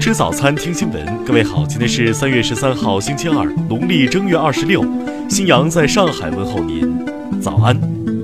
吃早餐，听新闻。各位好，今天是3月13号，星期二，农历正月26。新阳在上海问候您，早安。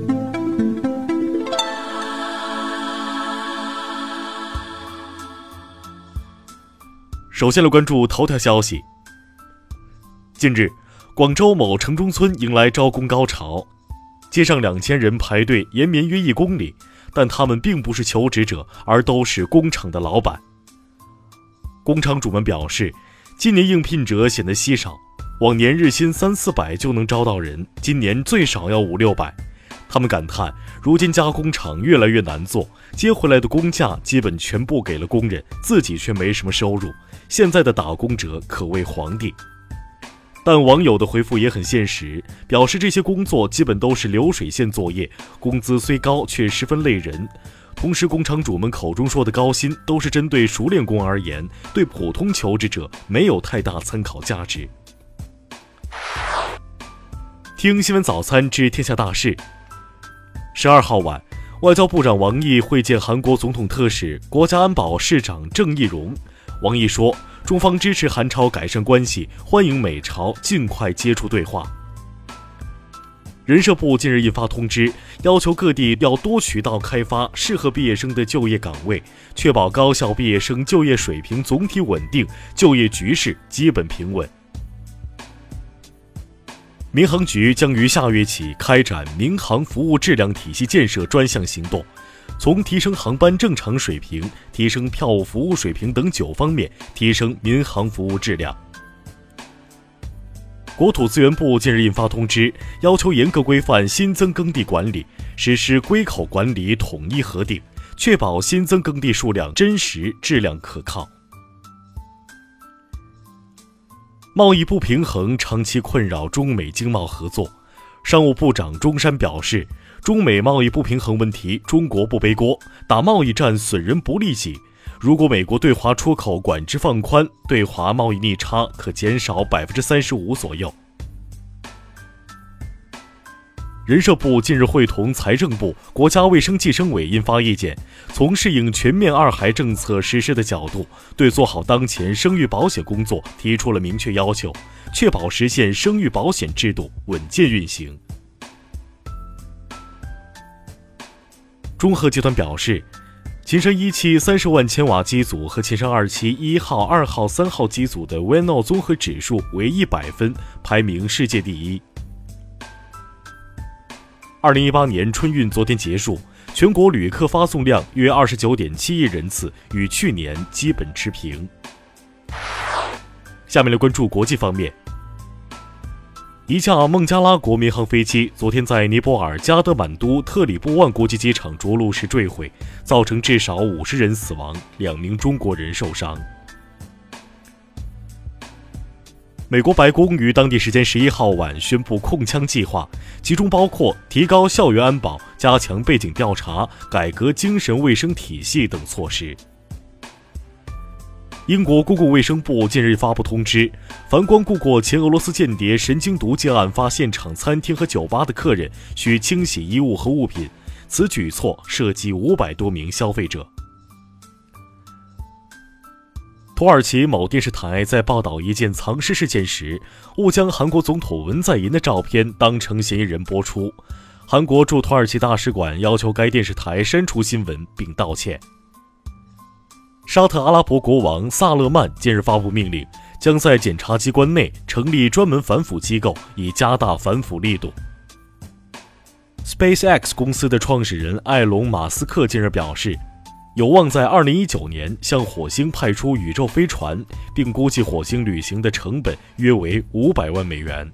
首先来关注头条消息。近日，广州某城中村迎来招工高潮，街上2000人排队延绵约1公里，但他们并不是求职者，而都是工厂的老板。工厂主们表示，今年应聘者显得稀少，往年日薪300-400就能招到人，今年最少要500-600。他们感叹，如今加工厂越来越难做，接回来的工价基本全部给了工人，自己却没什么收入。现在的打工者可谓皇帝。但网友的回复也很现实，表示这些工作基本都是流水线作业，工资虽高却十分累人。同时，工厂主们口中说的高薪都是针对熟练工而言，对普通求职者没有太大参考价值。听新闻早餐知天下大事。12号晚，外交部长王毅会见韩国总统特使、国家安保市长郑义溶。王毅说，中方支持韩朝改善关系，欢迎美朝尽快接触对话。人社部近日印发通知，要求各地要多渠道开发适合毕业生的就业岗位，确保高校毕业生就业水平总体稳定，就业局势基本平稳。民航局将于下月起开展民航服务质量体系建设专项行动，从提升航班正常水平、提升票务服务水平等9方面提升民航服务质量。国土资源部近日印发通知，要求严格规范新增耕地管理，实施归口管理统一核定，确保新增耕地数量真实、质量可靠。贸易不平衡长期困扰中美经贸合作，商务部长钟山表示，中美贸易不平衡问题，中国不背锅，打贸易战损人不利己。如果美国对华出口管制放宽，对华贸易逆差可减少35%左右。人社部近日会同财政部、国家卫生计生委印发意见，从适应全面2孩政策实施的角度，对做好当前生育保险工作提出了明确要求，确保实现生育保险制度稳健运行。中核集团表示，秦山1期30万千瓦机组和秦山2期1号、2号、3号机组的 Wino 综合指数为100分，排名世界第一。2018年春运昨天结束，全国旅客发送量约29.7亿人次，与去年基本持平。下面来关注国际方面。一架孟加拉国民航飞机昨天在尼泊尔加德满都特里布万国际机场着陆时坠毁，造成至少50人死亡，2名中国人受伤。美国白宫于当地时间11号晚宣布控枪计划，其中包括提高校园安保、加强背景调查、改革精神卫生体系等措施。英国公共卫生部近日发布通知，凡光顾过前俄罗斯间谍神经毒劫案发现场餐厅和酒吧的客人，需清洗衣物和物品。此举措涉及500多名消费者。土耳其某电视台在报道一件藏尸事件时，误将韩国总统文在寅的照片当成嫌疑人播出。韩国驻土耳其大使馆要求该电视台删除新闻并道歉。沙特阿拉伯国王萨勒曼近日发布命令，将在检察机关内成立专门反腐机构，以加大反腐力度。SpaceX 公司的创始人埃隆·马斯克近日表示，有望在2019年向火星派出宇宙飞船，并估计火星旅行的成本约为500万美元。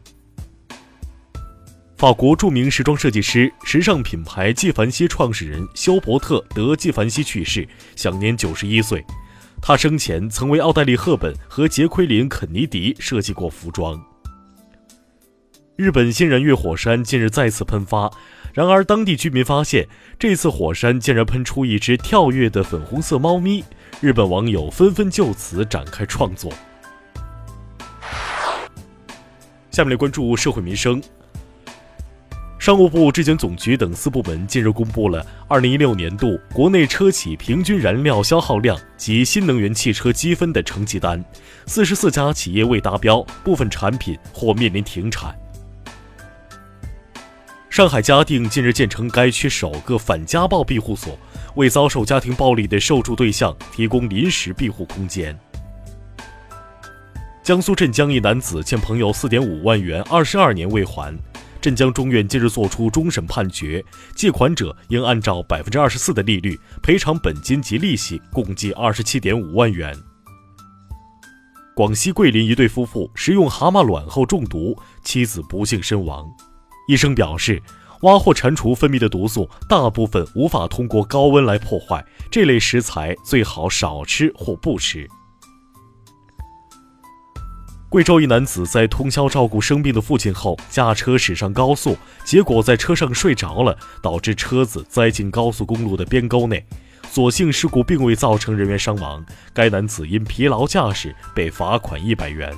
法国著名时装设计师、时尚品牌纪梵希创始人休伯特·德·纪梵希去世，享年91岁。他生前曾为奥黛丽·赫本和杰奎琳·肯尼迪设计过服装。日本新燃月火山近日再次喷发，然而当地居民发现，这次火山竟然喷出一只跳跃的粉红色猫咪，日本网友纷纷就此展开创作。下面来关注社会民生。 商务部质检总局等4部门近日公布了2016年度国内车企平均燃料消耗量及新能源汽车积分的成绩单，44家企业未达标，部分产品或面临停产。上海嘉定近日建成该区首个反家暴庇护所，为遭受家庭暴力的受助对象提供临时庇护空间。江苏镇江一男子欠朋友4.5万元22年未还，镇江中院近日作出终审判决，借款者应按照24%的利率赔偿本金及利息，共计27.5万元。广西桂林一对夫妇食用蛤蟆卵后中毒，妻子不幸身亡。医生表示，蛙或蟾蜍分泌的毒素大部分无法通过高温来破坏，这类食材最好少吃或不吃。贵州一男子在通宵照顾生病的父亲后，驾车驶上高速，结果在车上睡着了，导致车子栽进高速公路的边沟内。所幸事故并未造成人员伤亡，该男子因疲劳驾驶被罚款100元。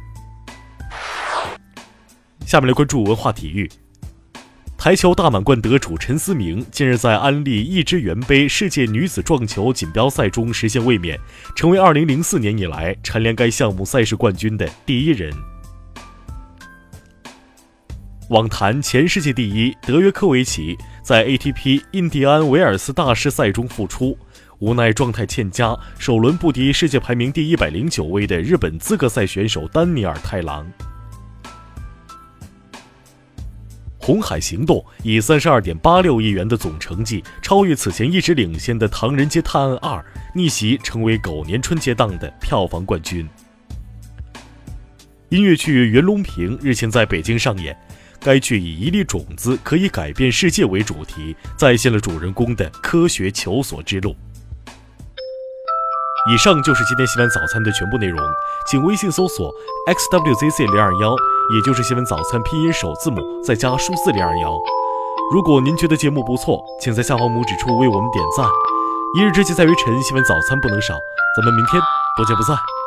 下面来关注文化体育。台球大满贯得主陈思明近日在安利一支元杯世界女子撞球锦标赛中实现卫冕，成为2004年以来蝉联该项目赛事冠军的第1人。网坛前世界第一德约科维奇在 ATP 印第安维尔斯大师赛中复出，无奈状态欠佳，首轮不敌世界排名第109位的日本资格赛选手丹尼尔太郎。红海行动以32.86亿元的总成绩超越此前一直领先的《唐人街探案2》，逆袭成为狗年春节档的票房冠军。音乐剧《袁隆平》日前在北京上演，该剧以一粒种子可以改变世界为主题，再现了主人公的科学求索之路。以上就是今天新闻早餐的全部内容，请微信搜索 xwzc021，也就是新闻早餐拼音首字母再加数字021。如果您觉得节目不错，请在下方拇指处为我们点赞。一日之计在于晨，新闻早餐不能少，咱们明天不见不散。